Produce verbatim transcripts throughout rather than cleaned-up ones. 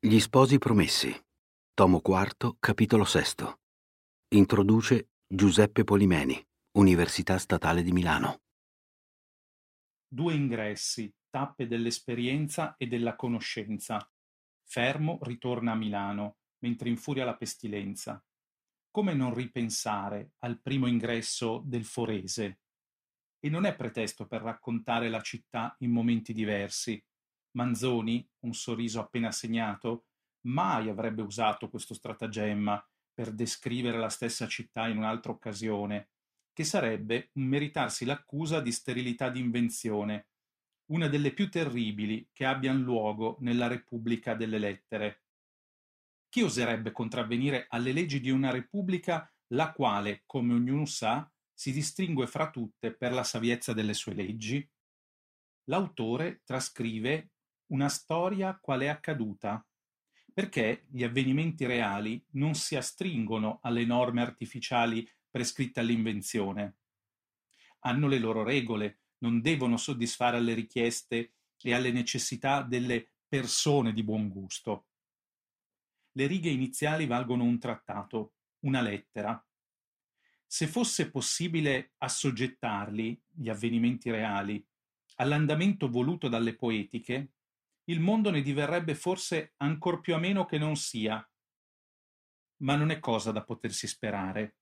Gli sposi promessi. Tomo quarto, capitolo sesto. Introduce Giuseppe Polimeni, Università Statale di Milano. Due ingressi, tappe dell'esperienza e della conoscenza. Fermo ritorna a Milano, mentre infuria la pestilenza. Come non ripensare al primo ingresso del Forese? E non è pretesto per raccontare la città in momenti diversi. Manzoni, un sorriso appena segnato, mai avrebbe usato questo stratagemma per descrivere la stessa città in un'altra occasione, che sarebbe un meritarsi l'accusa di sterilità di invenzione, una delle più terribili che abbiano luogo nella Repubblica delle Lettere. Chi oserebbe contravvenire alle leggi di una Repubblica la quale, come ognuno sa, si distingue fra tutte per la saviezza delle sue leggi? L'autore trascrive una storia qual è accaduta, perché gli avvenimenti reali non si astringono alle norme artificiali prescritte all'invenzione. Hanno le loro regole, non devono soddisfare alle richieste e alle necessità delle persone di buon gusto. Le righe iniziali valgono un trattato, una lettera. Se fosse possibile assoggettarli, gli avvenimenti reali, all'andamento voluto dalle poetiche, il mondo ne diverrebbe forse ancor più ameno che non sia, ma non è cosa da potersi sperare.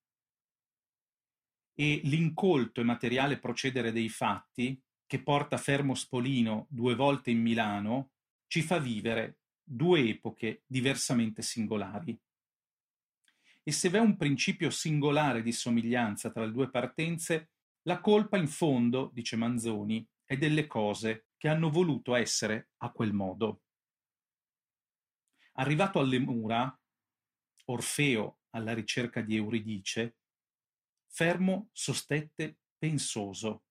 E l'incolto e materiale procedere dei fatti, che porta Fermo Spolino due volte in Milano, ci fa vivere due epoche diversamente singolari. E se v'è un principio singolare di somiglianza tra le due partenze, la colpa in fondo, dice Manzoni, è delle cose che hanno voluto essere a quel modo. Arrivato alle mura, Orfeo alla ricerca di Euridice, Fermo sostette pensoso.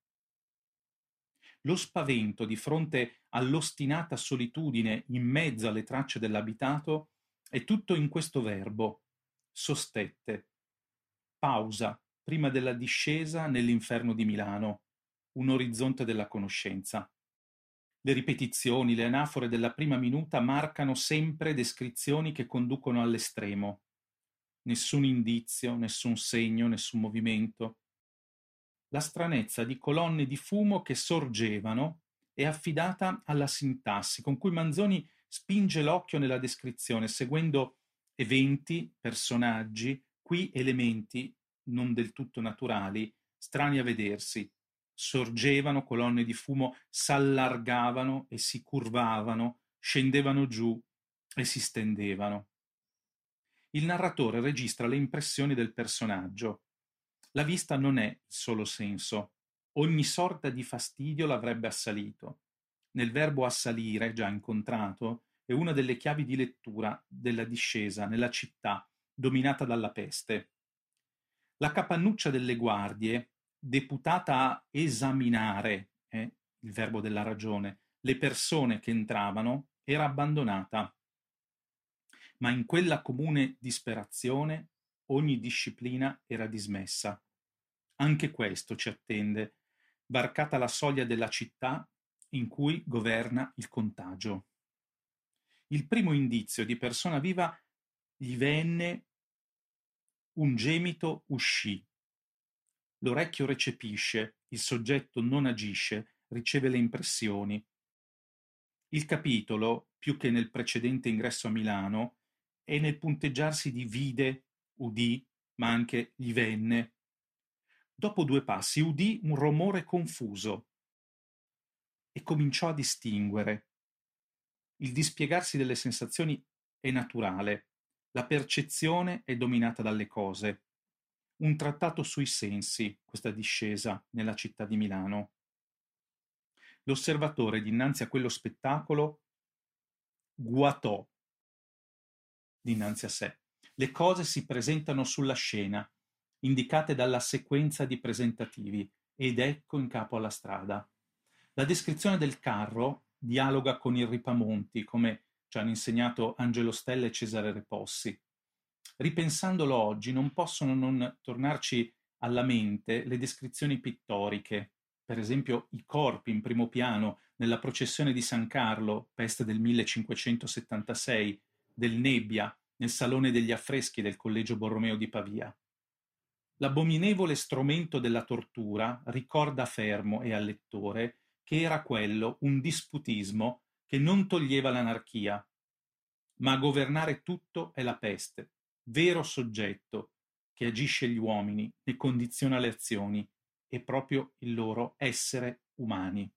Lo spavento di fronte all'ostinata solitudine in mezzo alle tracce dell'abitato è tutto in questo verbo, sostette. Pausa prima della discesa nell'inferno di Milano, un orizzonte della conoscenza. Le ripetizioni, le anafore della prima minuta marcano sempre descrizioni che conducono all'estremo. Nessun indizio, nessun segno, nessun movimento. La stranezza di colonne di fumo che sorgevano è affidata alla sintassi con cui Manzoni spinge l'occhio nella descrizione, seguendo eventi, personaggi, qui elementi non del tutto naturali, strani a vedersi. Sorgevano colonne di fumo, s'allargavano e si curvavano, scendevano giù e si stendevano. Il narratore registra le impressioni del personaggio. La vista non è il solo senso. Ogni sorta di fastidio l'avrebbe assalito. Nel verbo assalire, già incontrato, è una delle chiavi di lettura della discesa nella città dominata dalla peste. La capannuccia delle guardie, deputata a esaminare, eh, il verbo della ragione, le persone che entravano, era abbandonata. Ma in quella comune disperazione ogni disciplina era dismessa. Anche questo ci attende, varcata la soglia della città in cui governa il contagio. Il primo indizio di persona viva gli venne un gemito uscì. L'orecchio recepisce, il soggetto non agisce, riceve le impressioni. Il capitolo, più che nel precedente ingresso a Milano, è nel punteggiarsi di vide, udì, ma anche gli venne. Dopo due passi udì un rumore confuso e cominciò a distinguere. Il dispiegarsi delle sensazioni è naturale, la percezione è dominata dalle cose. Un trattato sui sensi, questa discesa nella città di Milano. L'osservatore dinanzi a quello spettacolo guatò dinanzi a sé. Le cose si presentano sulla scena, indicate dalla sequenza di presentativi, ed ecco in capo alla strada. La descrizione del carro dialoga con il Ripamonti, come ci hanno insegnato Angelo Stella e Cesare Repossi. Ripensandolo oggi non possono non tornarci alla mente le descrizioni pittoriche, per esempio i corpi in primo piano nella processione di San Carlo, peste del millecinquecentosettantasei, del Nebbia nel salone degli affreschi del Collegio Borromeo di Pavia. L'abominevole strumento della tortura ricorda a Fermo e al lettore che era quello un disputismo che non toglieva l'anarchia, ma a governare tutto è la peste, vero soggetto che agisce gli uomini, ne condiziona le azioni e proprio il loro essere umani.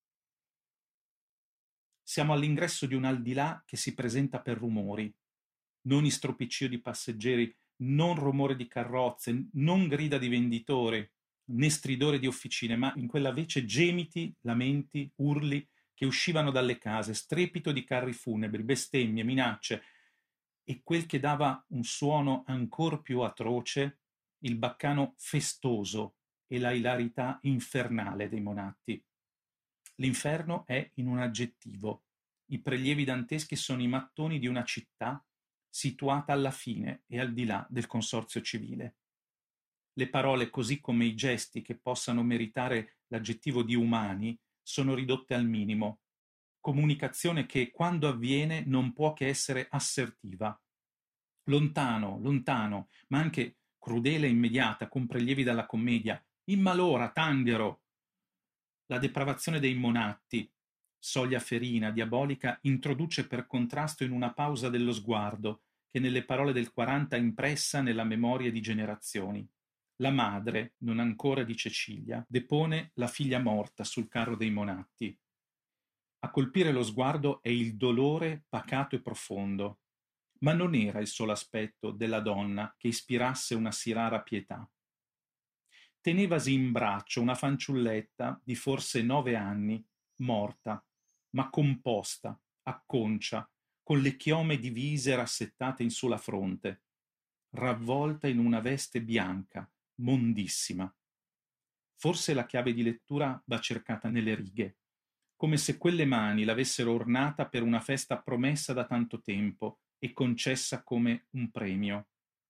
Siamo all'ingresso di un aldilà che si presenta per rumori, non istropiccio di passeggeri, non rumore di carrozze, non grida di venditori, né stridore di officine, ma in quella vece gemiti, lamenti, urli che uscivano dalle case, strepito di carri funebri, bestemmie, minacce, e quel che dava un suono ancor più atroce, il baccano festoso e la ilarità infernale dei monatti. L'inferno è in un aggettivo. I prelievi danteschi sono i mattoni di una città situata alla fine e al di là del consorzio civile. Le parole, così come i gesti che possano meritare l'aggettivo di umani, sono ridotte al minimo. Comunicazione che, quando avviene, non può che essere assertiva. Lontano, lontano, ma anche crudele e immediata, con prelievi dalla commedia. Immalora, tanghero. La depravazione dei monatti, soglia ferina, diabolica, introduce per contrasto in una pausa dello sguardo, che nelle parole del quaranta impressa nella memoria di generazioni. La madre, non ancora di Cecilia, depone la figlia morta sul carro dei monatti. A colpire lo sguardo è il dolore pacato e profondo, ma non era il solo aspetto della donna che ispirasse una sì rara pietà. Tenevasi in braccio una fanciulletta di forse nove anni, morta, ma composta, acconcia, con le chiome divise rassettate in sulla fronte, ravvolta in una veste bianca, mondissima. Forse la chiave di lettura va cercata nelle righe, come se quelle mani l'avessero ornata per una festa promessa da tanto tempo e concessa come un premio.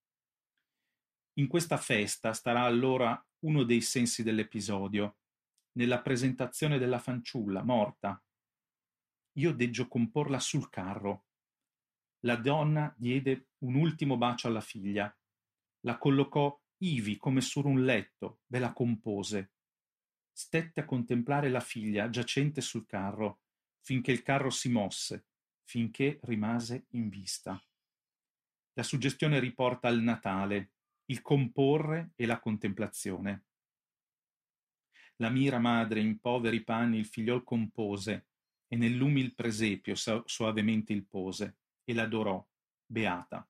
In questa festa starà allora uno dei sensi dell'episodio, nella presentazione della fanciulla morta. Io deggio comporla sul carro. La donna diede un ultimo bacio alla figlia, la collocò ivi come su un letto, ve la compose. Stette a contemplare la figlia giacente sul carro, finché il carro si mosse, finché rimase in vista. La suggestione riporta al Natale, il comporre e la contemplazione. La mira madre in poveri panni il figliol compose e nell'umil presepio soavemente il pose e l'adorò, beata.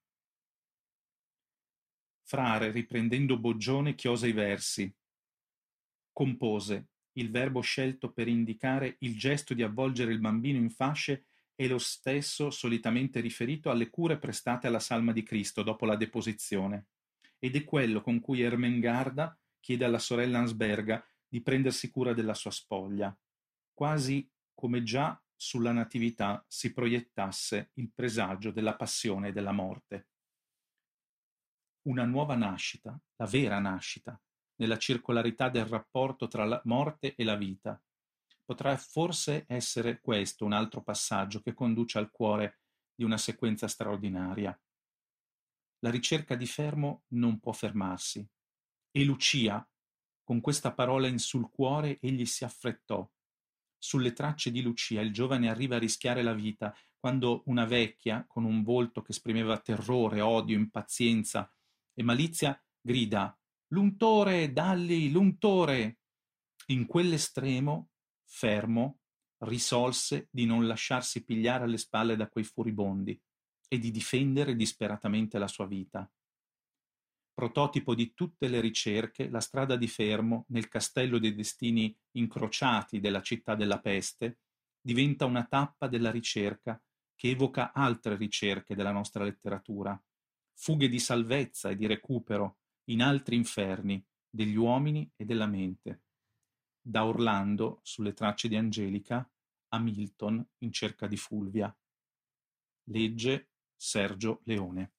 Frare, riprendendo Boggione, chiosa i versi. Compose, il verbo scelto per indicare il gesto di avvolgere il bambino in fasce è lo stesso solitamente riferito alle cure prestate alla salma di Cristo dopo la deposizione, ed è quello con cui Ermengarda chiede alla sorella Ansberga di prendersi cura della sua spoglia, quasi come già sulla natività si proiettasse il presagio della passione e della morte. Una nuova nascita, la vera nascita, nella circolarità del rapporto tra la morte e la vita. Potrà forse essere questo un altro passaggio che conduce al cuore di una sequenza straordinaria. La ricerca di Fermo non può fermarsi. E Lucia, con questa parola in sul cuore, egli si affrettò. Sulle tracce di Lucia il giovane arriva a rischiare la vita quando una vecchia, con un volto che esprimeva terrore, odio, impazienza e malizia, grida «L'untore, dalli, l'untore!» In quell'estremo, Fermo risolse di non lasciarsi pigliare alle spalle da quei furibondi e di difendere disperatamente la sua vita. Prototipo di tutte le ricerche, la strada di Fermo, nel castello dei destini incrociati della città della peste, diventa una tappa della ricerca che evoca altre ricerche della nostra letteratura, fughe di salvezza e di recupero in altri inferni degli uomini e della mente. Da Orlando, sulle tracce di Angelica, a Milton, in cerca di Fulvia. Legge Sergio Leone.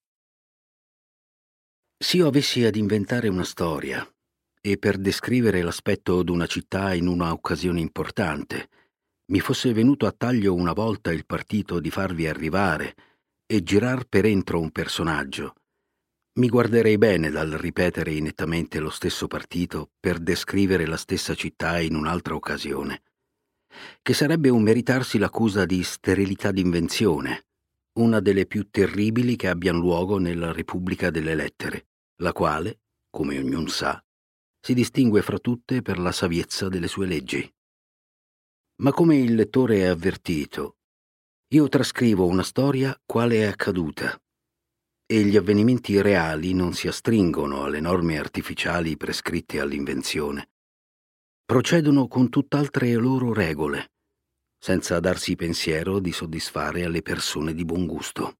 S'io avessi ad inventare una storia e per descrivere l'aspetto d'una città in una occasione importante mi fosse venuto a taglio una volta il partito di farvi arrivare e girar per entro un personaggio, mi guarderei bene dal ripetere inettamente lo stesso partito per descrivere la stessa città in un'altra occasione, che sarebbe un meritarsi l'accusa di sterilità d'invenzione, una delle più terribili che abbiano luogo nella Repubblica delle Lettere, la quale, come ognun sa, si distingue fra tutte per la saviezza delle sue leggi. Ma come il lettore è avvertito, io trascrivo una storia quale è accaduta, e gli avvenimenti reali non si astringono alle norme artificiali prescritte all'invenzione. Procedono con tutt'altre loro regole, senza darsi pensiero di soddisfare alle persone di buon gusto.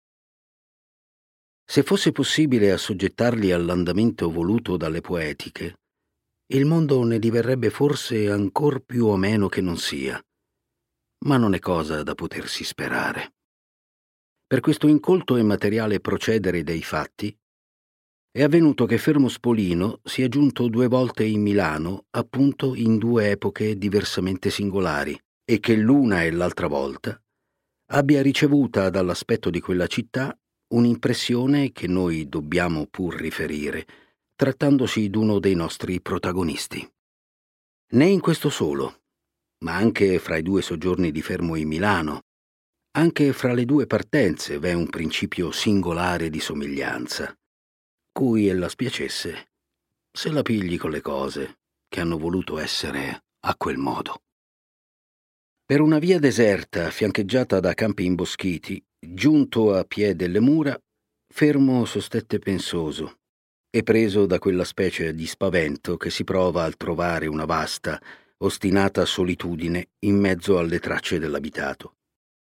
Se fosse possibile assoggettarli all'andamento voluto dalle poetiche, il mondo ne diverrebbe forse ancor più o meno che non sia, ma non è cosa da potersi sperare. Per questo incolto e materiale procedere dei fatti, è avvenuto che Fermo Spolino sia giunto due volte in Milano, appunto in due epoche diversamente singolari, e che l'una e l'altra volta abbia ricevuta dall'aspetto di quella città un'impressione che noi dobbiamo pur riferire, trattandosi d'uno dei nostri protagonisti. Né in questo solo, ma anche fra i due soggiorni di Fermo in Milano, anche fra le due partenze v'è un principio singolare di somiglianza, cui ella spiacesse se la pigli con le cose che hanno voluto essere a quel modo. Per una via deserta, fiancheggiata da campi imboschiti, giunto a piè delle mura, Fermo sostette pensoso e preso da quella specie di spavento che si prova al trovare una vasta, ostinata solitudine in mezzo alle tracce dell'abitato.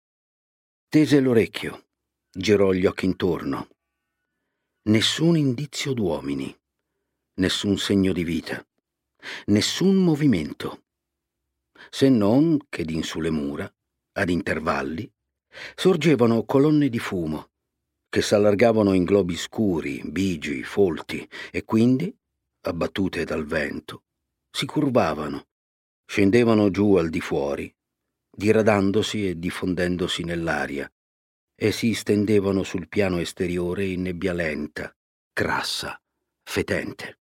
Tese l'orecchio, girò gli occhi intorno. Nessun indizio d'uomini, nessun segno di vita, nessun movimento, se non che d'in sulle mura, ad intervalli, sorgevano colonne di fumo che s'allargavano in globi scuri, bigi, folti e quindi, abbattute dal vento, si curvavano, scendevano giù al di fuori, diradandosi e diffondendosi nell'aria, e si stendevano sul piano esteriore in nebbia lenta, crassa, fetente.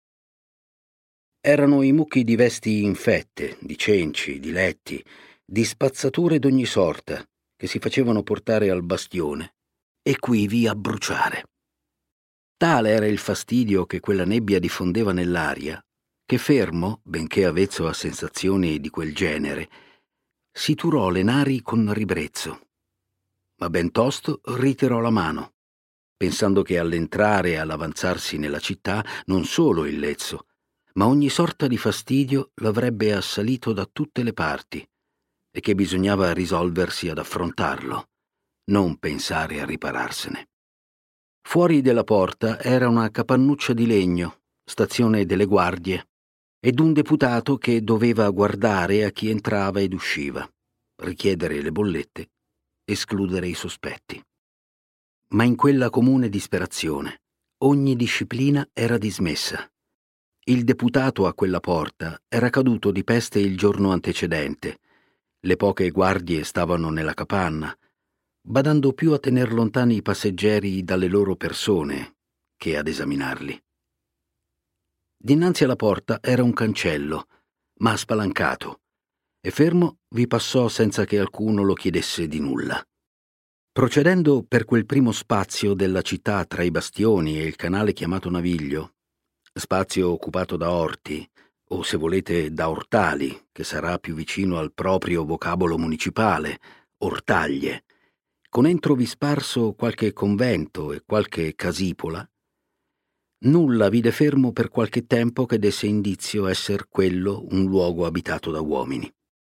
Erano i mucchi di vesti infette, di cenci, di letti, di spazzature d'ogni sorta che si facevano portare al bastione e quivi a bruciare. Tale era il fastidio che quella nebbia diffondeva nell'aria, che Fermo, benché avvezzo a sensazioni di quel genere, si turò le nari con ribrezzo, ma ben tosto ritirò la mano, pensando che all'entrare e all'avanzarsi nella città non solo il lezzo, ma ogni sorta di fastidio l'avrebbe assalito da tutte le parti e che bisognava risolversi ad affrontarlo, non pensare a ripararsene. Fuori della porta era una capannuccia di legno, stazione delle guardie, ed un deputato che doveva guardare a chi entrava ed usciva, richiedere le bollette, escludere i sospetti. Ma in quella comune disperazione ogni disciplina era dismessa. Il deputato a quella porta era caduto di peste il giorno antecedente. Le poche guardie stavano nella capanna, badando più a tener lontani i passeggeri dalle loro persone che ad esaminarli. Dinanzi alla porta era un cancello, ma spalancato, e Fermo vi passò senza che alcuno lo chiedesse di nulla. Procedendo per quel primo spazio della città tra i bastioni e il canale chiamato Naviglio, spazio occupato da orti, o se volete da ortali, che sarà più vicino al proprio vocabolo municipale, ortaglie, con entro vi sparso qualche convento e qualche casipola, nulla vide Fermo per qualche tempo che desse indizio esser quello un luogo abitato da uomini.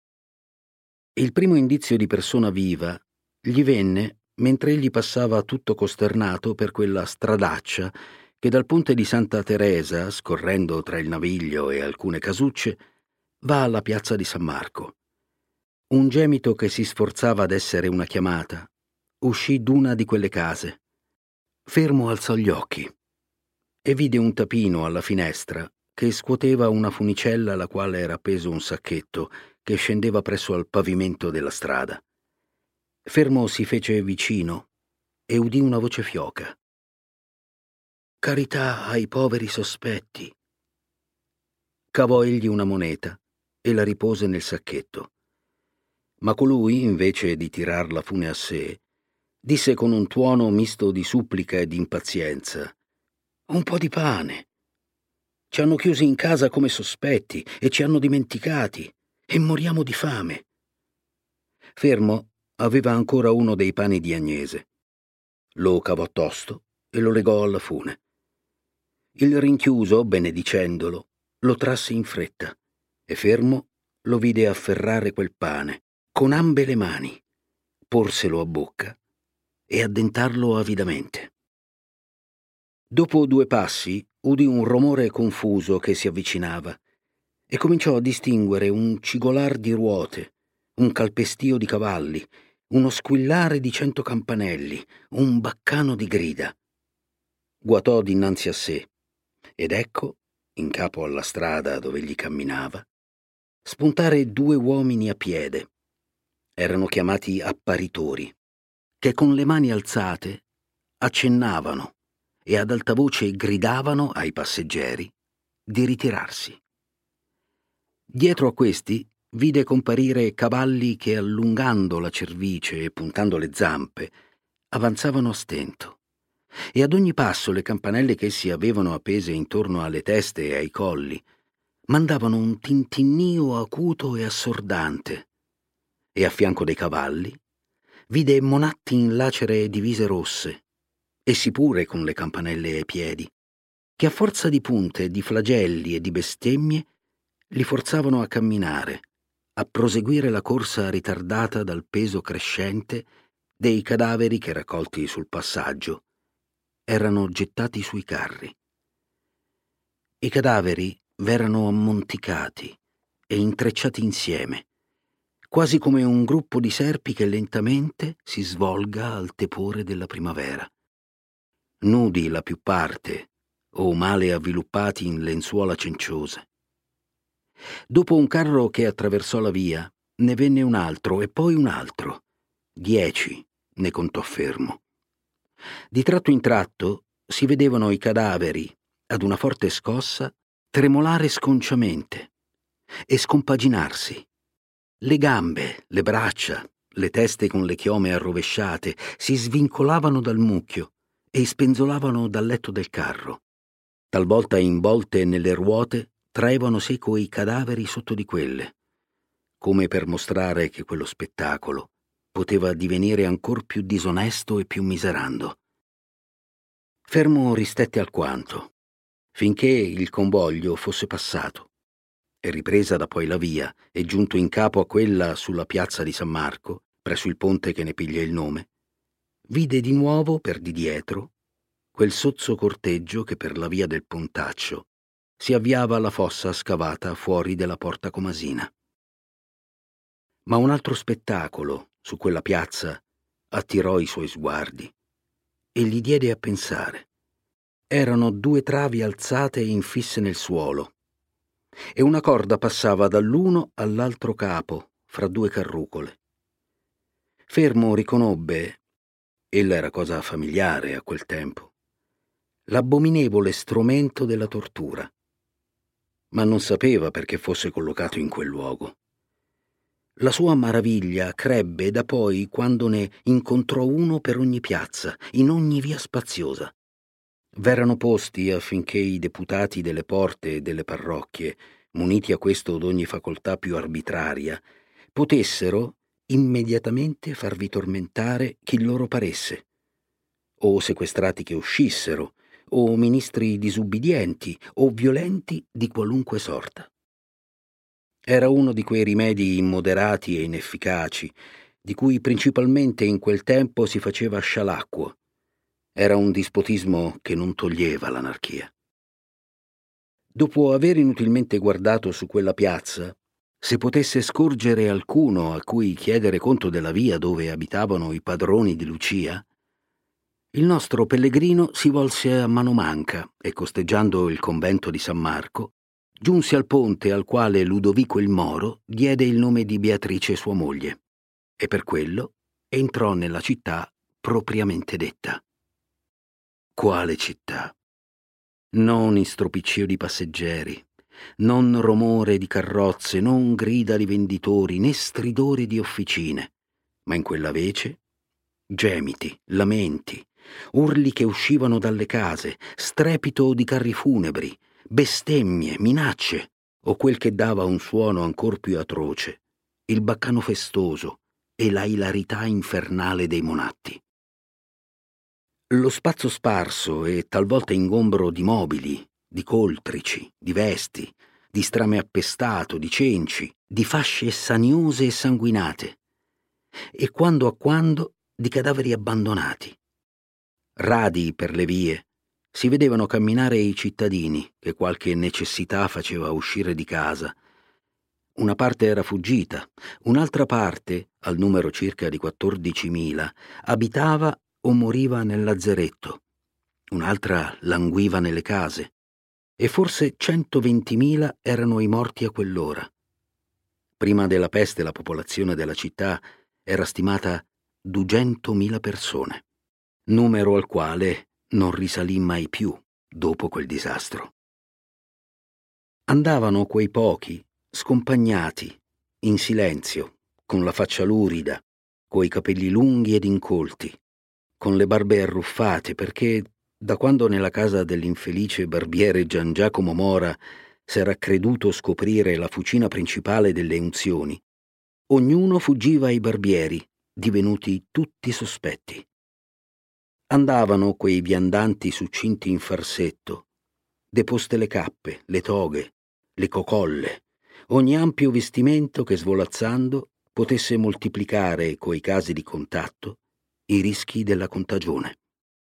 Il primo indizio di persona viva gli venne mentre egli passava tutto costernato per quella stradaccia che dal ponte di Santa Teresa, scorrendo tra il Naviglio e alcune casucce, va alla piazza di San Marco. Un gemito che si sforzava d'essere una chiamata uscì d'una di quelle case. Fermo alzò gli occhi e vide un tapino alla finestra che scuoteva una funicella alla quale era appeso un sacchetto che scendeva presso al pavimento della strada. Fermo si fece vicino e udì una voce fioca. «Carità ai poveri sospetti». Cavò egli una moneta e la ripose nel sacchetto. Ma colui, invece di tirar la fune a sé, disse con un tuono misto di supplica e di impazienza: «Un po' di pane. Ci hanno chiusi in casa come sospetti e ci hanno dimenticati e moriamo di fame». Fermo aveva ancora uno dei pani di Agnese. Lo cavò tosto e lo legò alla fune. Il rinchiuso, benedicendolo, lo trasse in fretta e Fermo lo vide afferrare quel pane con ambe le mani, porselo a bocca e addentarlo avidamente. Dopo due passi udì un rumore confuso che si avvicinava e cominciò a distinguere un cigolar di ruote, un calpestio di cavalli, uno squillare di cento campanelli, un baccano di grida. Guatò dinanzi a sé ed ecco, in capo alla strada dove egli camminava, spuntare due uomini a piede. Erano chiamati apparitori, che con le mani alzate accennavano e ad alta voce gridavano ai passeggeri di ritirarsi. Dietro a questi vide comparire cavalli che, allungando la cervice e puntando le zampe, avanzavano a stento, e ad ogni passo le campanelle che essi avevano appese intorno alle teste e ai colli mandavano un tintinnio acuto e assordante, e a fianco dei cavalli vide monatti in lacere divise rosse, essi pure con le campanelle ai piedi, che a forza di punte, di flagelli e di bestemmie li forzavano a camminare, a proseguire la corsa ritardata dal peso crescente dei cadaveri che, raccolti sul passaggio, erano gettati sui carri. I cadaveri v'erano ammonticati e intrecciati insieme, quasi come un gruppo di serpi che lentamente si svolga al tepore della primavera. Nudi la più parte, o male avviluppati in lenzuola cenciose. Dopo un carro che attraversò la via, ne venne un altro e poi un altro. Dieci, ne contò Fermo. Di tratto in tratto si vedevano i cadaveri, ad una forte scossa, tremolare sconciamente e scompaginarsi. Le gambe, le braccia, le teste con le chiome arrovesciate si svincolavano dal mucchio e spenzolavano dal letto del carro. Talvolta involte nelle ruote traevano seco i cadaveri sotto di quelle, come per mostrare che quello spettacolo poteva divenire ancor più disonesto e più miserando. Fermo ristette alquanto, finché il convoglio fosse passato, e ripresa da poi la via e giunto in capo a quella sulla piazza di San Marco, presso il ponte che ne piglia il nome, vide di nuovo per di dietro quel sozzo corteggio che per la via del Pontaccio si avviava alla fossa scavata fuori della Porta Comasina. Ma un altro spettacolo su quella piazza attirò i suoi sguardi e gli diede a pensare. Erano due travi alzate e infisse nel suolo, e una corda passava dall'uno all'altro capo fra due carrucole. Fermo riconobbe, ella era cosa familiare a quel tempo, l'abominevole strumento della tortura, ma non sapeva perché fosse collocato in quel luogo. La sua maraviglia crebbe da poi quando ne incontrò uno per ogni piazza, in ogni via spaziosa. V'erano posti affinché i deputati delle porte e delle parrocchie, muniti a questo d'ogni facoltà più arbitraria, potessero immediatamente farvi tormentare chi loro paresse, o sequestrati che uscissero, o ministri disubbidienti o violenti di qualunque sorta. Era uno di quei rimedi immoderati e inefficaci, di cui principalmente in quel tempo si faceva scialacquo. Era un dispotismo che non toglieva l'anarchia. Dopo aver inutilmente guardato su quella piazza, se potesse scorgere alcuno a cui chiedere conto della via dove abitavano i padroni di Lucia, il nostro pellegrino si volse a mano manca e, costeggiando il convento di San Marco, giunse al ponte al quale Ludovico il Moro diede il nome di Beatrice sua moglie, e per quello entrò nella città propriamente detta. Quale città? Non istropiccio di passeggeri, non rumore di carrozze, non grida di venditori, né stridore di officine, ma in quella vece gemiti, lamenti, urli che uscivano dalle case, strepito di carri funebri, bestemmie, minacce, o quel che dava un suono ancor più atroce, il baccano festoso e la ilarità infernale dei monatti. Lo spazio sparso e talvolta ingombro di mobili, di coltrici, di vesti, di strame appestato, di cenci, di fasce saniose e sanguinate, e quando a quando di cadaveri abbandonati. Radi per le vie si vedevano camminare i cittadini che qualche necessità faceva uscire di casa. Una parte era fuggita, un'altra parte, al numero circa di quattordicimila, abitava o moriva nel lazzeretto, un'altra languiva nelle case, e forse centoventimila erano i morti a quell'ora. Prima della peste la popolazione della città era stimata duecentomila persone, numero al quale non risalì mai più dopo quel disastro. Andavano quei pochi, scompagnati, in silenzio, con la faccia lurida, coi capelli lunghi ed incolti, con le barbe arruffate, perché da quando nella casa dell'infelice barbiere Gian Giacomo Mora s'era creduto scoprire la fucina principale delle unzioni, ognuno fuggiva ai barbieri, divenuti tutti sospetti. Andavano quei viandanti succinti in farsetto, deposte le cappe, le toghe, le cocolle, ogni ampio vestimento che svolazzando potesse moltiplicare coi casi di contatto i rischi della contagione.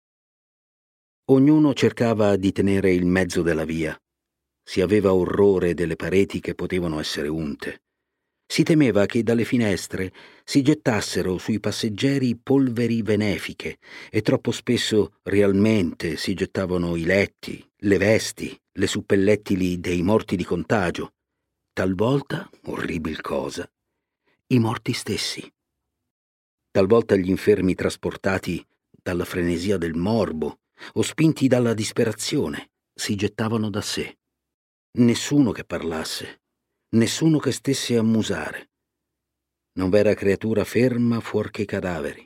Ognuno cercava di tenere il mezzo della via. Si aveva orrore delle pareti che potevano essere unte. Si temeva che dalle finestre si gettassero sui passeggeri polveri benefiche e troppo spesso realmente si gettavano i letti, le vesti, le suppellettili dei morti di contagio. Talvolta, orribil cosa, i morti stessi. Talvolta gli infermi trasportati dalla frenesia del morbo o spinti dalla disperazione si gettavano da sé. Nessuno che parlasse, nessuno che stesse a musare. Non v'era creatura ferma fuorché i cadaveri.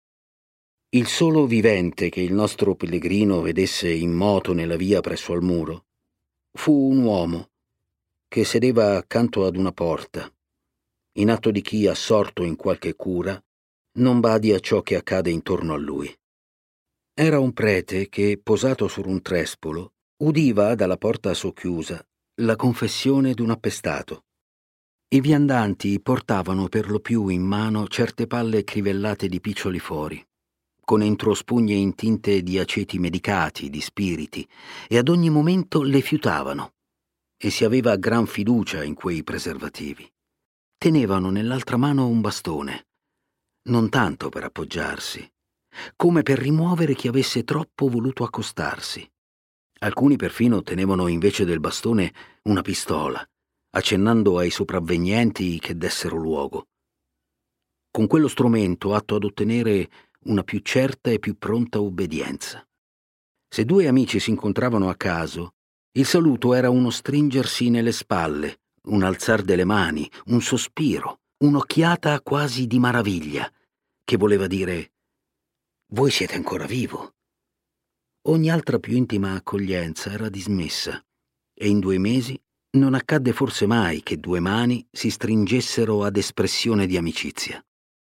Il solo vivente che il nostro pellegrino vedesse in moto nella via presso al muro fu un uomo che sedeva accanto ad una porta, in atto di chi, assorto in qualche cura, non badi a ciò che accade intorno a lui. Era un prete che, posato su un trespolo, udiva dalla porta socchiusa la confessione d'un appestato. I viandanti portavano per lo più in mano certe palle crivellate di piccioli fori, con entro spugne intinte di aceti medicati, di spiriti, e ad ogni momento le fiutavano, e si aveva gran fiducia in quei preservativi. Tenevano nell'altra mano un bastone, non tanto per appoggiarsi, come per rimuovere chi avesse troppo voluto accostarsi. Alcuni perfino tenevano invece del bastone una pistola, accennando ai sopravvenienti che dessero luogo. Con quello strumento atto ad ottenere una più certa e più pronta obbedienza. Se due amici si incontravano a caso, il saluto era uno stringersi nelle spalle, un alzar delle mani, un sospiro, un'occhiata quasi di maraviglia, che voleva dire «Voi siete ancora vivo». Ogni altra più intima accoglienza era dismessa, e in due mesi non accadde forse mai che due mani si stringessero ad espressione di amicizia.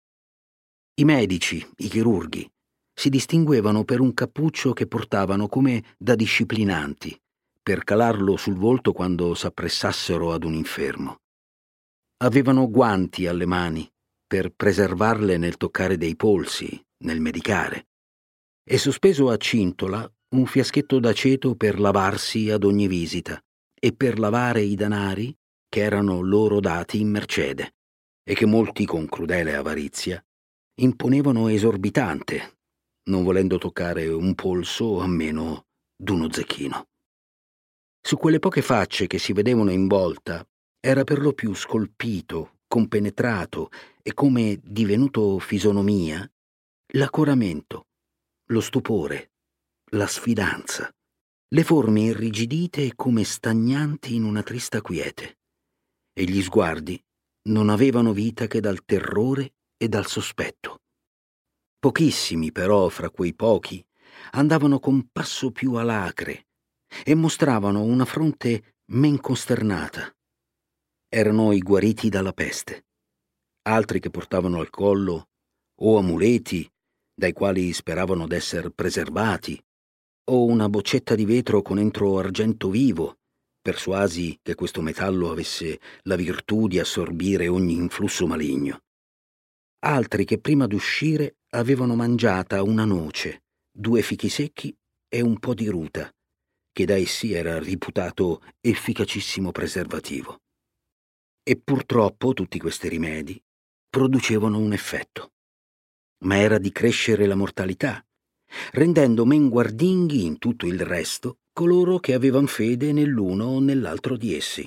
I medici, i chirurghi, si distinguevano per un cappuccio che portavano come da disciplinanti, per calarlo sul volto quando s'appressassero ad un infermo. Avevano guanti alle mani per preservarle nel toccare dei polsi, nel medicare, e sospeso a cintola un fiaschetto d'aceto per lavarsi ad ogni visita e per lavare i danari che erano loro dati in mercede e che molti, con crudele avarizia, imponevano esorbitante, non volendo toccare un polso a meno d'uno zecchino. Su quelle poche facce che si vedevano in volta era per lo più scolpito, compenetrato e come divenuto fisonomia l'accoramento, lo stupore, la sfidanza, le forme irrigidite come stagnanti in una trista quiete, e gli sguardi non avevano vita che dal terrore e dal sospetto. Pochissimi però fra quei pochi andavano con passo più alacre e mostravano una fronte men costernata. Erano i guariti dalla peste, altri che portavano al collo o amuleti dai quali speravano d'esser preservati, o una boccetta di vetro con entro argento vivo, persuasi che questo metallo avesse la virtù di assorbire ogni influsso maligno. Altri che prima d'uscire avevano mangiata una noce, due fichi secchi e un po' di ruta, che da essi era riputato efficacissimo preservativo. E purtroppo tutti questi rimedi producevano un effetto, ma era di crescere la mortalità, rendendo men guardinghi in tutto il resto coloro che avevan fede nell'uno o nell'altro di essi.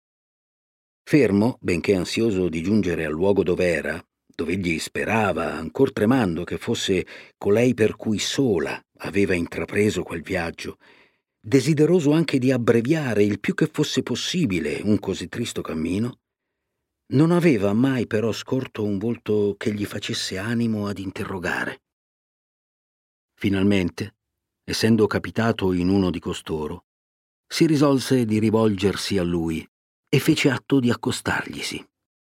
Fermo, benché ansioso di giungere al luogo dov'era, dov'egli sperava, ancor tremando che fosse colei per cui sola aveva intrapreso quel viaggio, desideroso anche di abbreviare il più che fosse possibile un così tristo cammino, non aveva mai però scorto un volto che gli facesse animo ad interrogare. Finalmente, essendo capitato in uno di costoro, si risolse di rivolgersi a lui e fece atto di accostarglisi.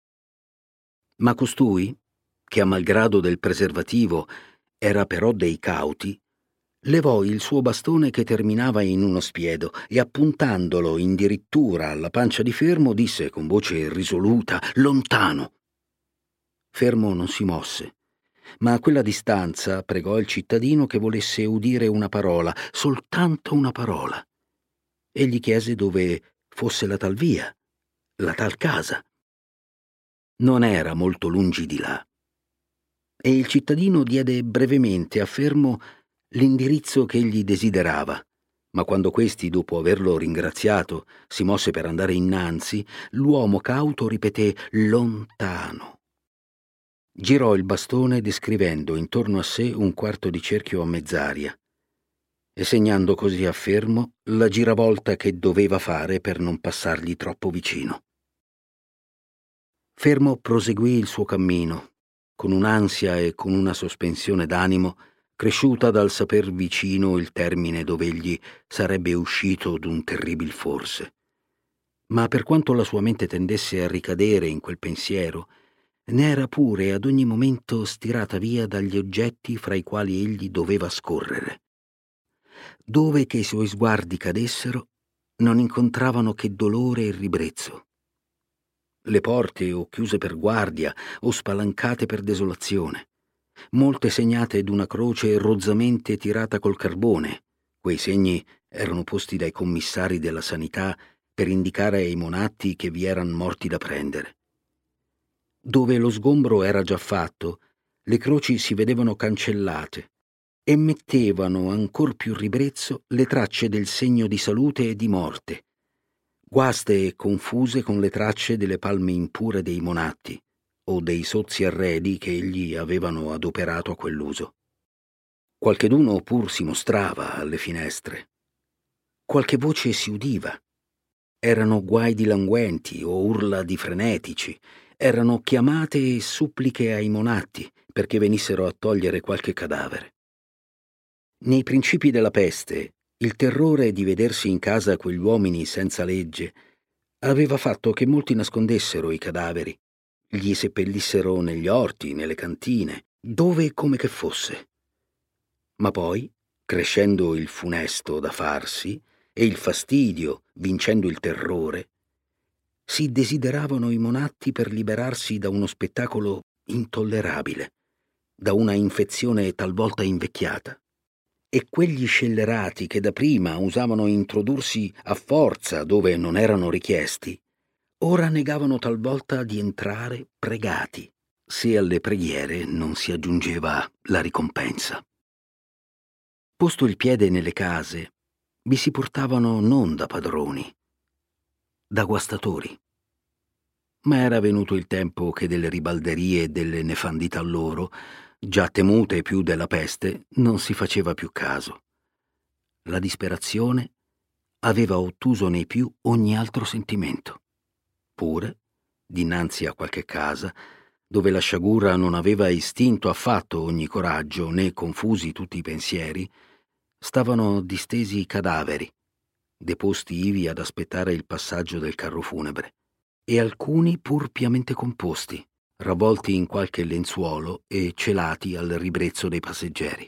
Ma costui, che a malgrado del preservativo era però dei cauti, levò il suo bastone che terminava in uno spiedo e appuntandolo indirittura alla pancia di Fermo disse con voce risoluta: «Lontano!» Fermo non si mosse, ma a quella distanza pregò il cittadino che volesse udire una parola, soltanto una parola. Egli chiese dove fosse la tal via, la tal casa. Non era molto lungi di là. E il cittadino diede brevemente a Fermo l'indirizzo che egli desiderava, ma quando questi, dopo averlo ringraziato, si mosse per andare innanzi, l'uomo cauto ripeté «lontano». Girò il bastone descrivendo intorno a sé un quarto di cerchio a mezz'aria e segnando così a Fermo la giravolta che doveva fare per non passargli troppo vicino. Fermo proseguì il suo cammino, con un'ansia e con una sospensione d'animo cresciuta dal saper vicino il termine dov'egli sarebbe uscito d'un terribil forse. Ma per quanto la sua mente tendesse a ricadere in quel pensiero, ne era pure ad ogni momento stirata via dagli oggetti fra i quali egli doveva scorrere. Dove che i suoi sguardi cadessero, non incontravano che dolore e ribrezzo. Le porte o chiuse per guardia o spalancate per desolazione, molte segnate d'una croce rozzamente tirata col carbone. Quei segni erano posti dai commissari della sanità per indicare ai monatti che vi eran morti da prendere. Dove lo sgombro era già fatto, le croci si vedevano cancellate e mettevano ancor più ribrezzo le tracce del segno di salute e di morte, guaste e confuse con le tracce delle palme impure dei monatti o dei sozzi arredi che egli avevano adoperato a quell'uso. Qualcheduno pur si mostrava alle finestre. Qualche voce si udiva. Erano guaidi languenti o urla di frenetici, erano chiamate e suppliche ai monatti perché venissero a togliere qualche cadavere. Nei principi della peste, il terrore di vedersi in casa quegli uomini senza legge aveva fatto che molti nascondessero i cadaveri, gli seppellissero negli orti, nelle cantine, dove e come che fosse. Ma poi, crescendo il funesto da farsi e il fastidio vincendo il terrore, si desideravano i monatti per liberarsi da uno spettacolo intollerabile, da una infezione talvolta invecchiata. E quegli scellerati che da prima usavano introdursi a forza dove non erano richiesti, ora negavano talvolta di entrare pregati, se alle preghiere non si aggiungeva la ricompensa. Posto il piede nelle case, vi si portavano non da padroni, da guastatori. Ma era venuto il tempo che delle ribalderie e delle nefandità loro già temute più della peste, non si faceva più caso. La disperazione aveva ottuso nei più ogni altro sentimento. Pure, dinanzi a qualche casa, dove la sciagura non aveva estinto affatto ogni coraggio né confusi tutti i pensieri, stavano distesi i cadaveri, deposti ivi ad aspettare il passaggio del carro funebre, e alcuni pur piamente composti, ravvolti in qualche lenzuolo e celati al ribrezzo dei passeggeri.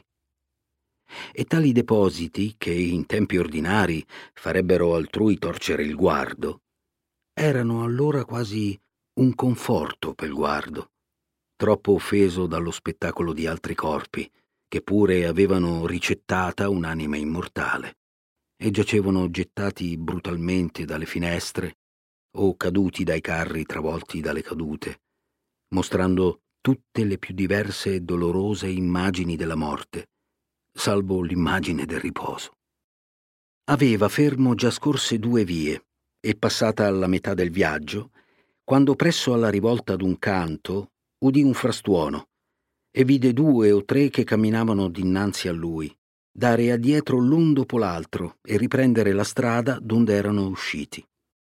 E tali depositi, che in tempi ordinari farebbero altrui torcere il guardo, erano allora quasi un conforto pel guardo, troppo offeso dallo spettacolo di altri corpi, che pure avevano ricettata un'anima immortale, e giacevano gettati brutalmente dalle finestre o caduti dai carri travolti dalle cadute, mostrando tutte le più diverse e dolorose immagini della morte, salvo l'immagine del riposo. Aveva Fermo già scorse due vie, e passata alla metà del viaggio, quando presso alla rivolta d'un canto udì un frastuono e vide due o tre che camminavano dinanzi a lui, dare addietro l'un dopo l'altro e riprendere la strada donde erano usciti.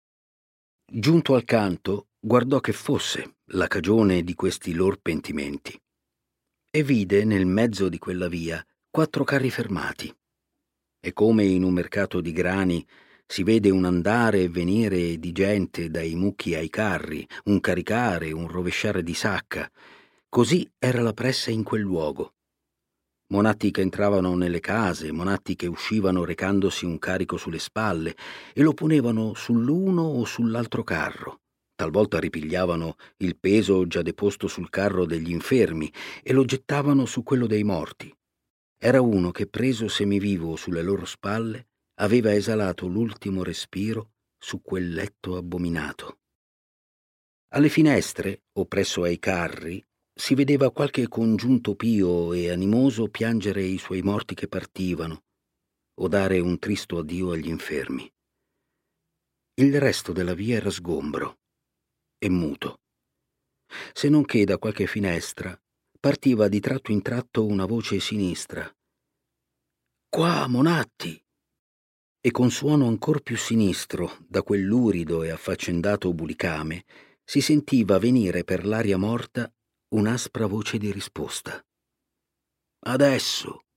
Giunto al canto, guardò che fosse la cagione di questi lor pentimenti e vide nel mezzo di quella via quattro carri fermati, e come in un mercato di grani si vede un andare e venire di gente dai mucchi ai carri, un caricare, un rovesciare di sacca, così era la pressa in quel luogo. Monatti che entravano nelle case, monatti che uscivano recandosi un carico sulle spalle e lo ponevano sull'uno o sull'altro carro. Talvolta ripigliavano il peso già deposto sul carro degli infermi e lo gettavano su quello dei morti. Era uno che, preso semivivo sulle loro spalle, aveva esalato l'ultimo respiro su quel letto abominato. Alle finestre, o presso ai carri, si vedeva qualche congiunto pio e animoso piangere i suoi morti che partivano, o dare un tristo addio agli infermi. Il resto della via era sgombro e muto, se non che da qualche finestra partiva di tratto in tratto una voce sinistra. «Qua, Monatti!» E con suono ancor più sinistro, da quel lurido e affaccendato bulicame, si sentiva venire per l'aria morta un'aspra voce di risposta. «Adesso!»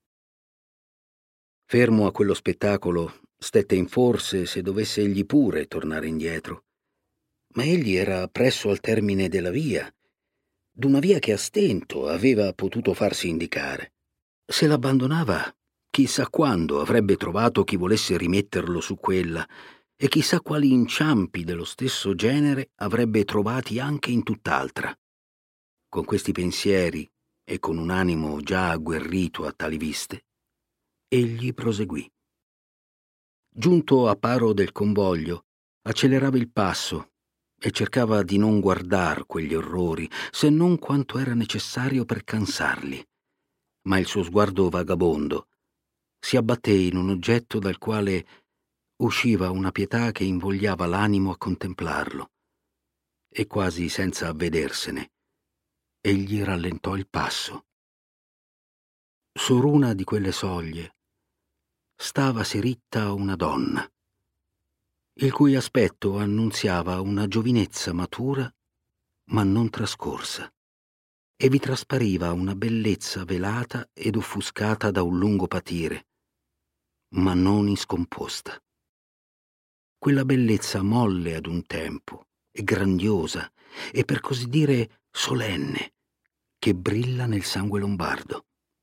Fermo a quello spettacolo, stette in forse se dovesse egli pure tornare indietro. Ma egli era presso al termine della via, d'una via che a stento aveva potuto farsi indicare. Se l'abbandonava, chissà quando avrebbe trovato chi volesse rimetterlo su quella, e chissà quali inciampi dello stesso genere avrebbe trovati anche in tutt'altra. Con questi pensieri e con un animo già agguerrito a tali viste, egli proseguì. Giunto a paro del convoglio, accelerava il passo e cercava di non guardar quegli orrori, se non quanto era necessario per cansarli. Ma il suo sguardo vagabondo si abbatté in un oggetto dal quale usciva una pietà che invogliava l'animo a contemplarlo, e quasi senza avvedersene, egli rallentò il passo. Su una di quelle soglie stava seritta una donna, il cui aspetto annunziava una giovinezza matura ma non trascorsa, e vi traspariva una bellezza velata ed offuscata da un lungo patire, ma non iscomposta. Quella bellezza molle ad un tempo e grandiosa e per così dire solenne, che brilla nel sangue lombardo.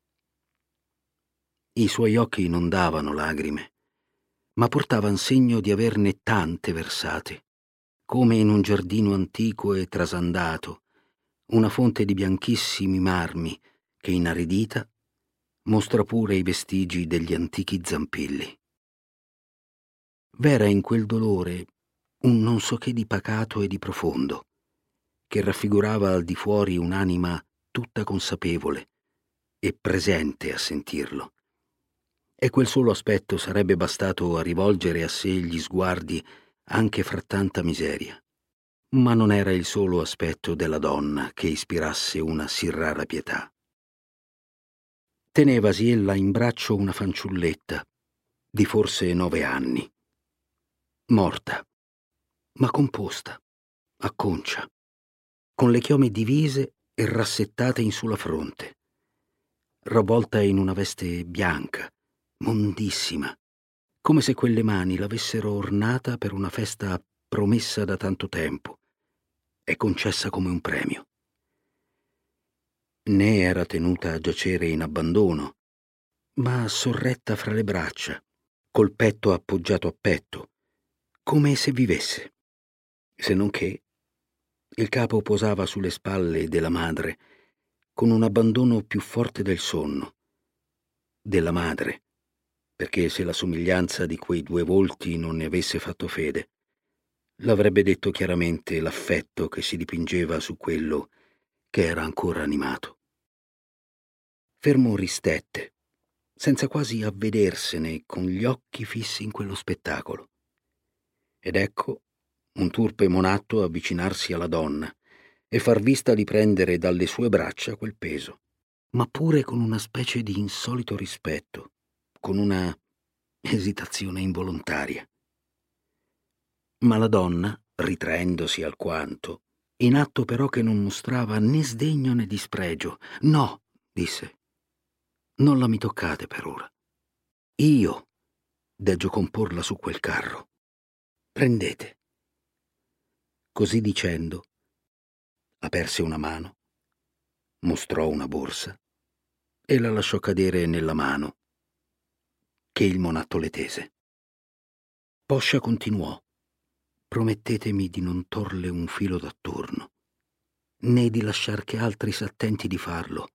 I suoi occhi non davano lagrime, ma portavan segno di averne tante versate, come in un giardino antico e trasandato, una fonte di bianchissimi marmi che, inaridita, mostra pure i vestigi degli antichi zampilli. V'era in quel dolore un non so che di pacato e di profondo, che raffigurava al di fuori un'anima tutta consapevole e presente a sentirlo. E quel solo aspetto sarebbe bastato a rivolgere a sé gli sguardi anche fra tanta miseria. Ma non era il solo aspetto della donna che ispirasse una sì rara pietà. Tenevasi ella in braccio una fanciulletta di forse nove anni, morta, ma composta, a concia, con le chiome divise e rassettate in sulla fronte, ravvolta in una veste bianca, mondissima, come se quelle mani l'avessero ornata per una festa promessa da tanto tempo e concessa come un premio. Né era tenuta a giacere in abbandono, ma sorretta fra le braccia, col petto appoggiato a petto, come se vivesse, se non che il capo posava sulle spalle della madre con un abbandono più forte del sonno. Della madre, perché se la somiglianza di quei due volti non ne avesse fatto fede, l'avrebbe detto chiaramente l'affetto che si dipingeva su quello che era ancora animato. Fermo ristette, senza quasi avvedersene, con gli occhi fissi in quello spettacolo. Ed ecco un turpe monatto avvicinarsi alla donna e far vista di prendere dalle sue braccia quel peso, ma pure con una specie di insolito rispetto, con una esitazione involontaria. Ma la donna, ritraendosi alquanto, in atto però che non mostrava né sdegno né dispregio, «No», disse, «non la mi toccate per ora. Io deggio comporla su quel carro. Prendete». Così dicendo, aperse una mano, mostrò una borsa e la lasciò cadere nella mano che il monatto le tese. Poscia continuò: «Promettetemi di non torle un filo d'attorno, né di lasciar che altri s'attenti di farlo,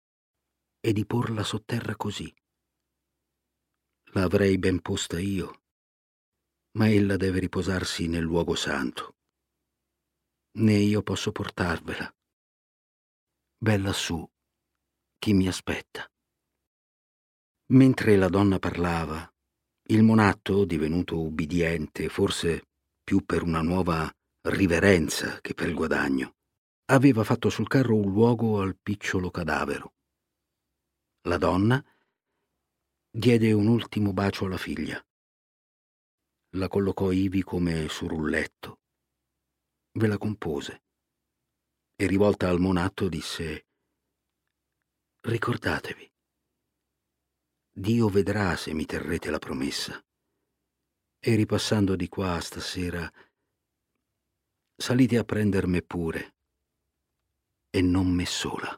e di porla sotterra così. La avrei ben posta io, ma ella deve riposarsi nel luogo santo. Né io posso portarvela. V'è lassù chi mi aspetta». Mentre la donna parlava, il monatto, divenuto ubbidiente, forse più per una nuova riverenza che per il guadagno, aveva fatto sul carro un luogo al picciolo cadavero. La donna diede un ultimo bacio alla figlia, la collocò ivi come su un letto, ve la compose e, rivolta al monatto, disse: «Ricordatevi, Dio vedrà se mi terrete la promessa, e ripassando di qua stasera salite a prender me pure, e non me sola».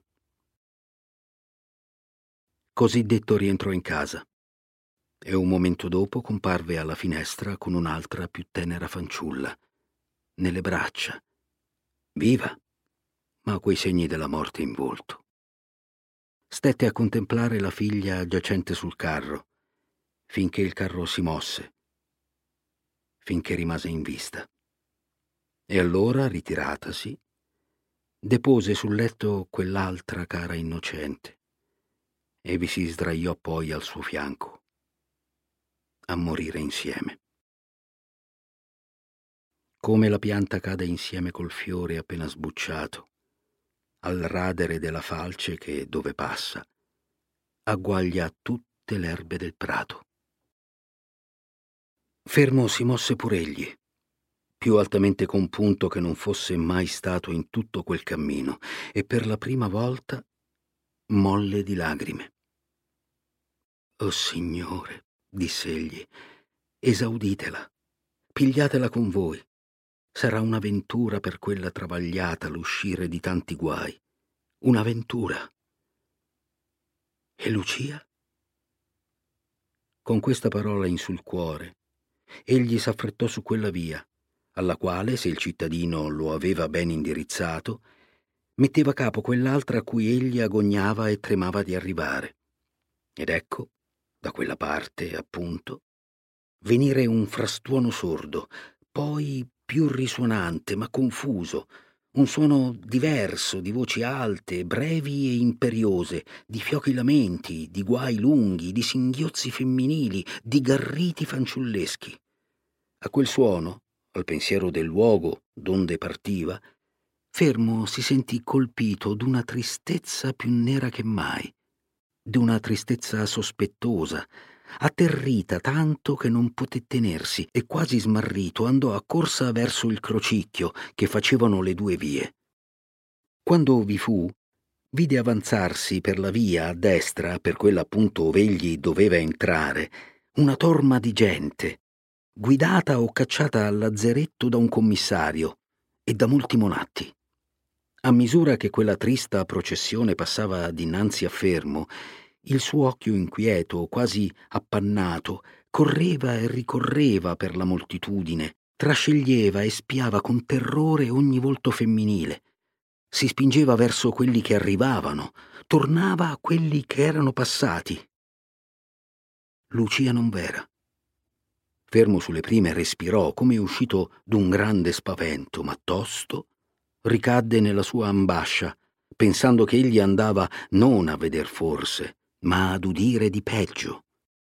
Così detto rientrò in casa, e un momento dopo comparve alla finestra con un'altra più tenera fanciulla, nelle braccia, viva, ma quei segni della morte in volto. Stette a contemplare la figlia giacente sul carro, finché il carro si mosse, finché rimase in vista. E allora, ritiratasi, depose sul letto quell'altra cara innocente, e vi si sdraiò poi al suo fianco, a morire insieme. Come la pianta cade insieme col fiore appena sbucciato, al radere della falce che, dove passa, agguaglia tutte le erbe del prato. Fermo si mosse pur egli, più altamente compunto che non fosse mai stato in tutto quel cammino, e per la prima volta molle di lagrime. «O Signore», diss'egli, «esauditela, pigliatela con voi. Sarà un'avventura per quella travagliata l'uscire di tanti guai, un'avventura». «E Lucia?» Con questa parola in sul cuore, egli s'affrettò su quella via, alla quale, se il cittadino lo aveva ben indirizzato, metteva capo quell'altra a cui egli agognava e tremava di arrivare. Ed ecco, da quella parte, appunto, venire un frastuono sordo, poi più risuonante ma confuso, un suono diverso di voci alte, brevi e imperiose, di fiochi lamenti, di guai lunghi, di singhiozzi femminili, di garriti fanciulleschi. A quel suono, al pensiero del luogo donde partiva, fermo si sentì colpito d'una tristezza più nera che mai. d'una tristezza sospettosa, atterrita tanto che non poté tenersi e quasi smarrito andò a corsa verso il crocicchio che facevano le due vie. Quando vi fu, vide avanzarsi per la via a destra, per quella appunto ove egli doveva entrare, una torma di gente, guidata o cacciata al lazzeretto da un commissario e da molti monatti. A misura che quella trista processione passava dinanzi a Fermo, il suo occhio inquieto, quasi appannato, correva e ricorreva per la moltitudine, trasceglieva e spiava con terrore ogni volto femminile, si spingeva verso quelli che arrivavano, tornava a quelli che erano passati. Lucia non v'era. Fermo sulle prime respirò come uscito d'un grande spavento, ma tosto ricadde nella sua ambascia, pensando che egli andava non a veder forse, ma ad udire di peggio.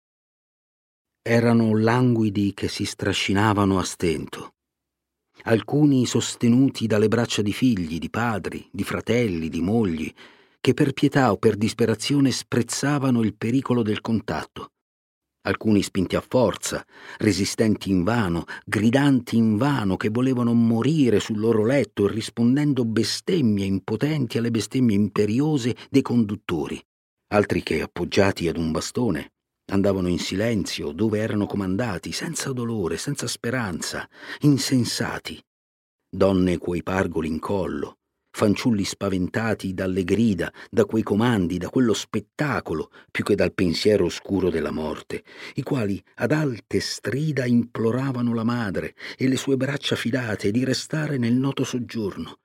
Erano languidi che si strascinavano a stento, alcuni sostenuti dalle braccia di figli, di padri, di fratelli, di mogli, che per pietà o per disperazione sprezzavano il pericolo del contatto. Alcuni spinti a forza, resistenti invano, gridanti invano, che volevano morire sul loro letto e rispondendo bestemmie impotenti alle bestemmie imperiose dei conduttori. Altri che, appoggiati ad un bastone, andavano in silenzio dove erano comandati, senza dolore, senza speranza, insensati. Donne coi pargoli in collo, fanciulli spaventati dalle grida, da quei comandi, da quello spettacolo, più che dal pensiero oscuro della morte, i quali ad alte strida imploravano la madre e le sue braccia fidate di restare nel noto soggiorno.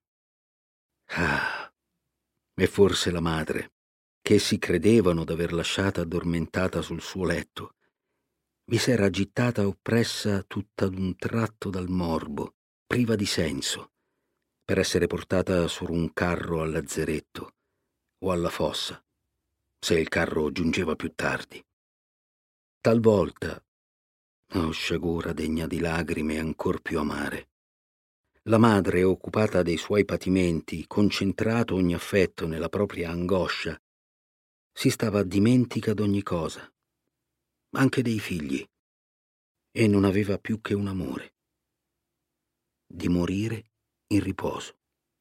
Ah, e forse la madre, che essi credevano d'aver lasciata addormentata sul suo letto, vi s'era agitata oppressa tutta d'un tratto dal morbo, priva di senso, per essere portata su un carro al lazzeretto o alla fossa, se il carro giungeva più tardi. Talvolta, oh sciagura degna di lagrime ancor più amare, la madre, occupata dei suoi patimenti, concentrato ogni affetto nella propria angoscia, si stava dimentica d'ogni cosa, anche dei figli, e non aveva più che un amore: di morire in riposo.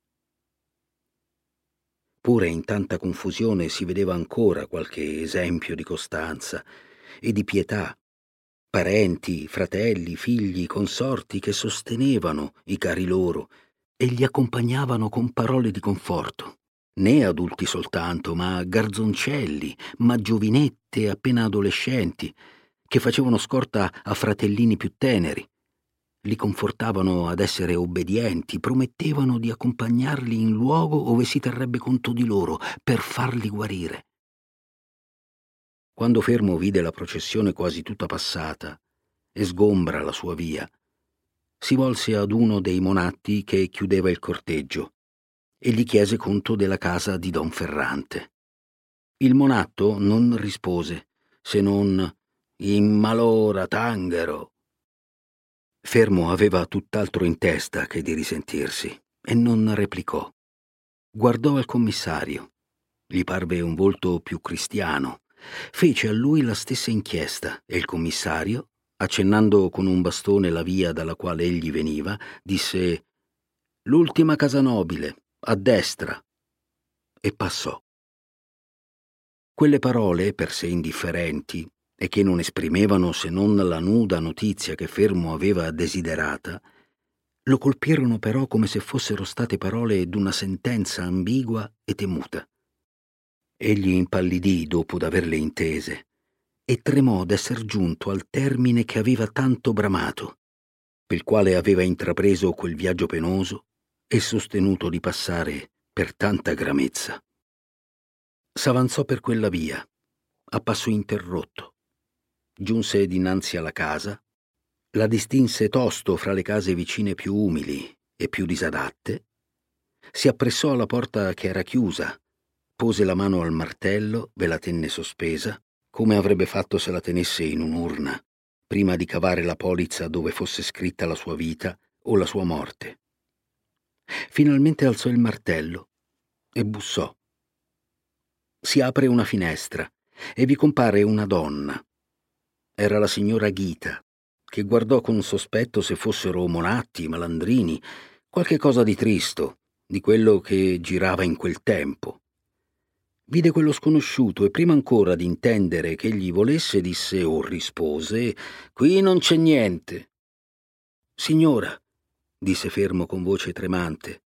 Pure in tanta confusione si vedeva ancora qualche esempio di costanza e di pietà, parenti, fratelli, figli, consorti che sostenevano i cari loro e li accompagnavano con parole di conforto, né adulti soltanto, ma garzoncelli, ma giovinette appena adolescenti, che facevano scorta a fratellini più teneri. Li confortavano ad essere obbedienti, promettevano di accompagnarli in luogo ove si terrebbe conto di loro per farli guarire. Quando Fermo vide la processione quasi tutta passata e sgombra la sua via, si volse ad uno dei monatti che chiudeva il corteggio e gli chiese conto della casa di Don Ferrante. Il monatto non rispose, se non «In malora, Tanghero». Fermo aveva tutt'altro in testa che di risentirsi e non replicò. Guardò al commissario. Gli parve un volto più cristiano. Fece a lui la stessa inchiesta e il commissario, accennando con un bastone la via dalla quale egli veniva, disse «L'ultima casa nobile, a destra», e passò. Quelle parole, per sé indifferenti, e che non esprimevano se non la nuda notizia che Fermo aveva desiderata, lo colpirono però come se fossero state parole d'una sentenza ambigua e temuta. Egli impallidì dopo d'averle intese e tremò d'esser giunto al termine che aveva tanto bramato, pel quale aveva intrapreso quel viaggio penoso e sostenuto di passare per tanta gramezza. S'avanzò per quella via, a passo interrotto. Giunse dinanzi alla casa, la distinse tosto fra le case vicine più umili e più disadatte, si appressò alla porta che era chiusa, pose la mano al martello, ve la tenne sospesa, come avrebbe fatto se la tenesse in un'urna, prima di cavare la polizza dove fosse scritta la sua vita o la sua morte. Finalmente alzò il martello e bussò. si apre una finestra e vi compare una donna. Era la signora Ghita, che guardò con sospetto se fossero monatti, malandrini, qualche cosa di tristo, di quello che girava in quel tempo. Vide quello sconosciuto e prima ancora di intendere che egli volesse disse o rispose: «Qui non c'è niente». «Signora», disse fermo con voce tremante,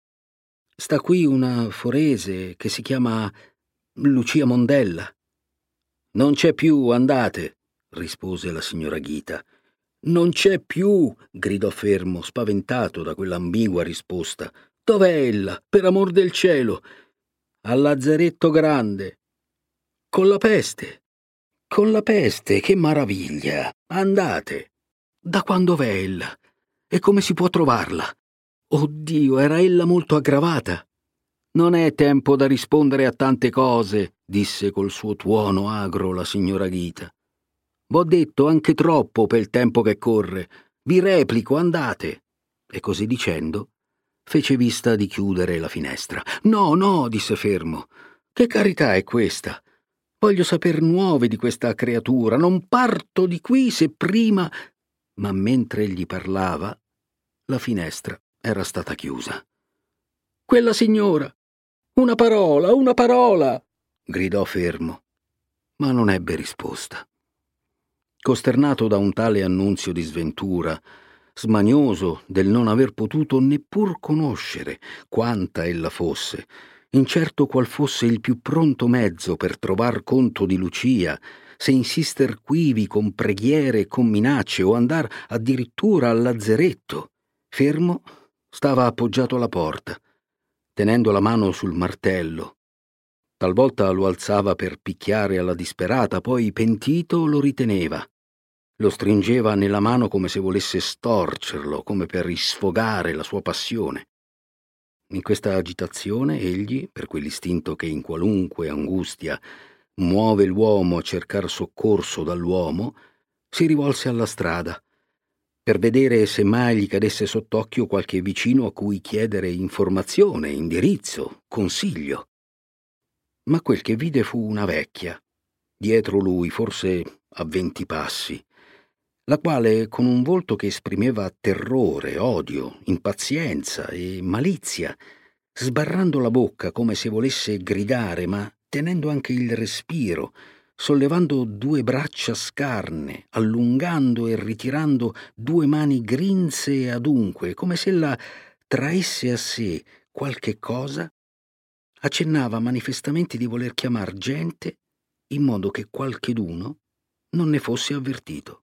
«sta qui una forese che si chiama Lucia Mondella». «Non c'è più, andate», rispose la signora Ghita. «Non c'è più», gridò fermo, spaventato da quell'ambigua risposta. «Dov'è ella, per amor del cielo?» «Al lazzaretto grande». «Con la peste». «Con la peste, che maraviglia! Andate». «Da quando v'è ella? E come si può trovarla?» «Oh Dio, era ella molto aggravata?» «Non è tempo da rispondere a tante cose», disse col suo tuono agro la signora Ghita. «V'ho detto anche troppo pel tempo che corre. Vi replico, andate». E così dicendo fece vista di chiudere la finestra. «No, no», disse fermo. «Che carità è questa? Voglio saper nuove di questa creatura. Non parto di qui se prima...» Ma mentre egli parlava, la finestra era stata chiusa. «Quella signora! Una parola, una parola!» gridò fermo, ma non ebbe risposta. Costernato da un tale annunzio di sventura, smanioso del non aver potuto neppur conoscere quanta ella fosse, incerto qual fosse il più pronto mezzo per trovar conto di Lucia, se insister quivi con preghiere e con minacce o andar addirittura al lazzeretto, fermo stava appoggiato alla porta, tenendo la mano sul martello. Talvolta lo alzava per picchiare alla disperata, poi pentito lo riteneva. Lo stringeva nella mano come se volesse storcerlo, come per risfogare la sua passione. In questa agitazione egli, per quell'istinto che in qualunque angustia muove l'uomo a cercar soccorso dall'uomo, si rivolse alla strada, per vedere se mai gli cadesse sott'occhio qualche vicino a cui chiedere informazione, indirizzo, consiglio. Ma quel che vide fu una vecchia, dietro lui, forse a venti passi, la quale, con un volto che esprimeva terrore, odio, impazienza e malizia, sbarrando la bocca come se volesse gridare, ma tenendo anche il respiro, sollevando due braccia scarne, allungando e ritirando due mani grinze e adunque, come se ella traesse a sé qualche cosa, accennava manifestamente di voler chiamar gente in modo che qualcheduno non ne fosse avvertito.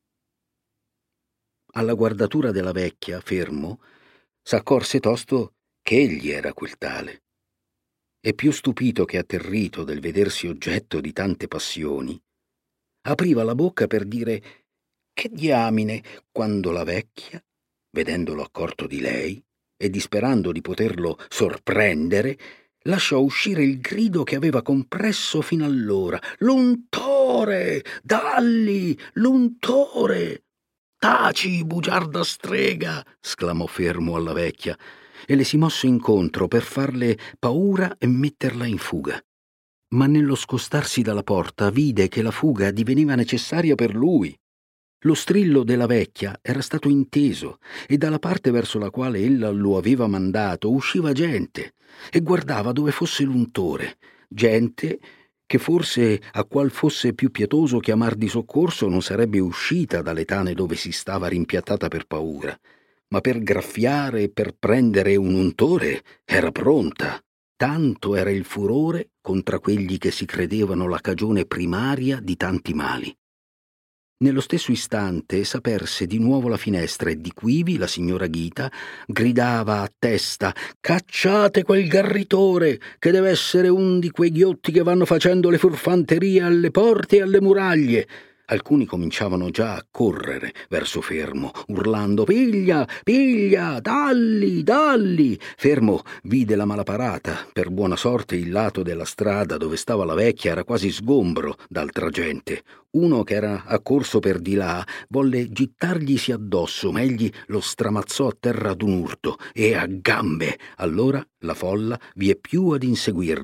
Alla guardatura della vecchia, fermo, s'accorse tosto che egli era quel tale, e più stupito che atterrito del vedersi oggetto di tante passioni, apriva la bocca per dire «Che diamine», quando la vecchia, vedendolo accorto di lei e disperando di poterlo sorprendere, lasciò uscire il grido che aveva compresso fino allora: «L'untore! Dalli! L'untore!» «Taci, bugiarda strega!» sclamò fermo alla vecchia, e le si mosse incontro per farle paura e metterla in fuga. Ma nello scostarsi dalla porta vide che la fuga diveniva necessaria per lui. Lo strillo della vecchia era stato inteso e dalla parte verso la quale ella lo aveva mandato usciva gente e guardava dove fosse l'untore, gente che forse a qual fosse più pietoso chiamar di soccorso non sarebbe uscita dalle tane dove si stava rimpiattata per paura, ma per graffiare e per prendere un untore era pronta. Tanto era il furore contra quelli che si credevano la cagione primaria di tanti mali. Nello stesso istante s'aperse di nuovo la finestra e di quivi la signora Ghita gridava a testa: «Cacciate quel garritore, che deve essere un di quei ghiotti che vanno facendo le furfanterie alle porte e alle muraglie». Alcuni cominciavano già a correre verso Fermo, urlando «Piglia, piglia, dalli, dalli!» Fermo vide la malaparata. Per buona sorte il lato della strada dove stava la vecchia era quasi sgombro d'altra gente. Uno che era accorso per di là volle gittarglisi addosso, ma egli lo stramazzò a terra d'un urto e a gambe. Allora la folla vie più ad inseguirlo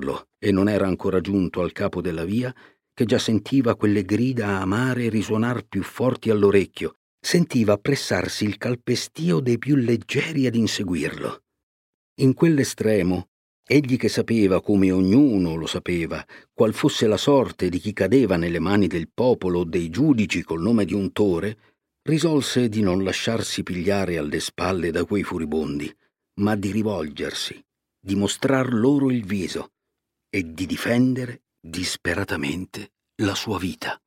e non era ancora giunto al capo della via che già sentiva quelle grida amare risuonar più forti all'orecchio, sentiva appressarsi il calpestio dei più leggeri ad inseguirlo. In quell'estremo, egli che sapeva, come ognuno lo sapeva, qual fosse la sorte di chi cadeva nelle mani del popolo o dei giudici col nome di untore, risolse di non lasciarsi pigliare alle spalle da quei furibondi, ma di rivolgersi, di mostrar loro il viso e di difendere disperatamente la sua vita.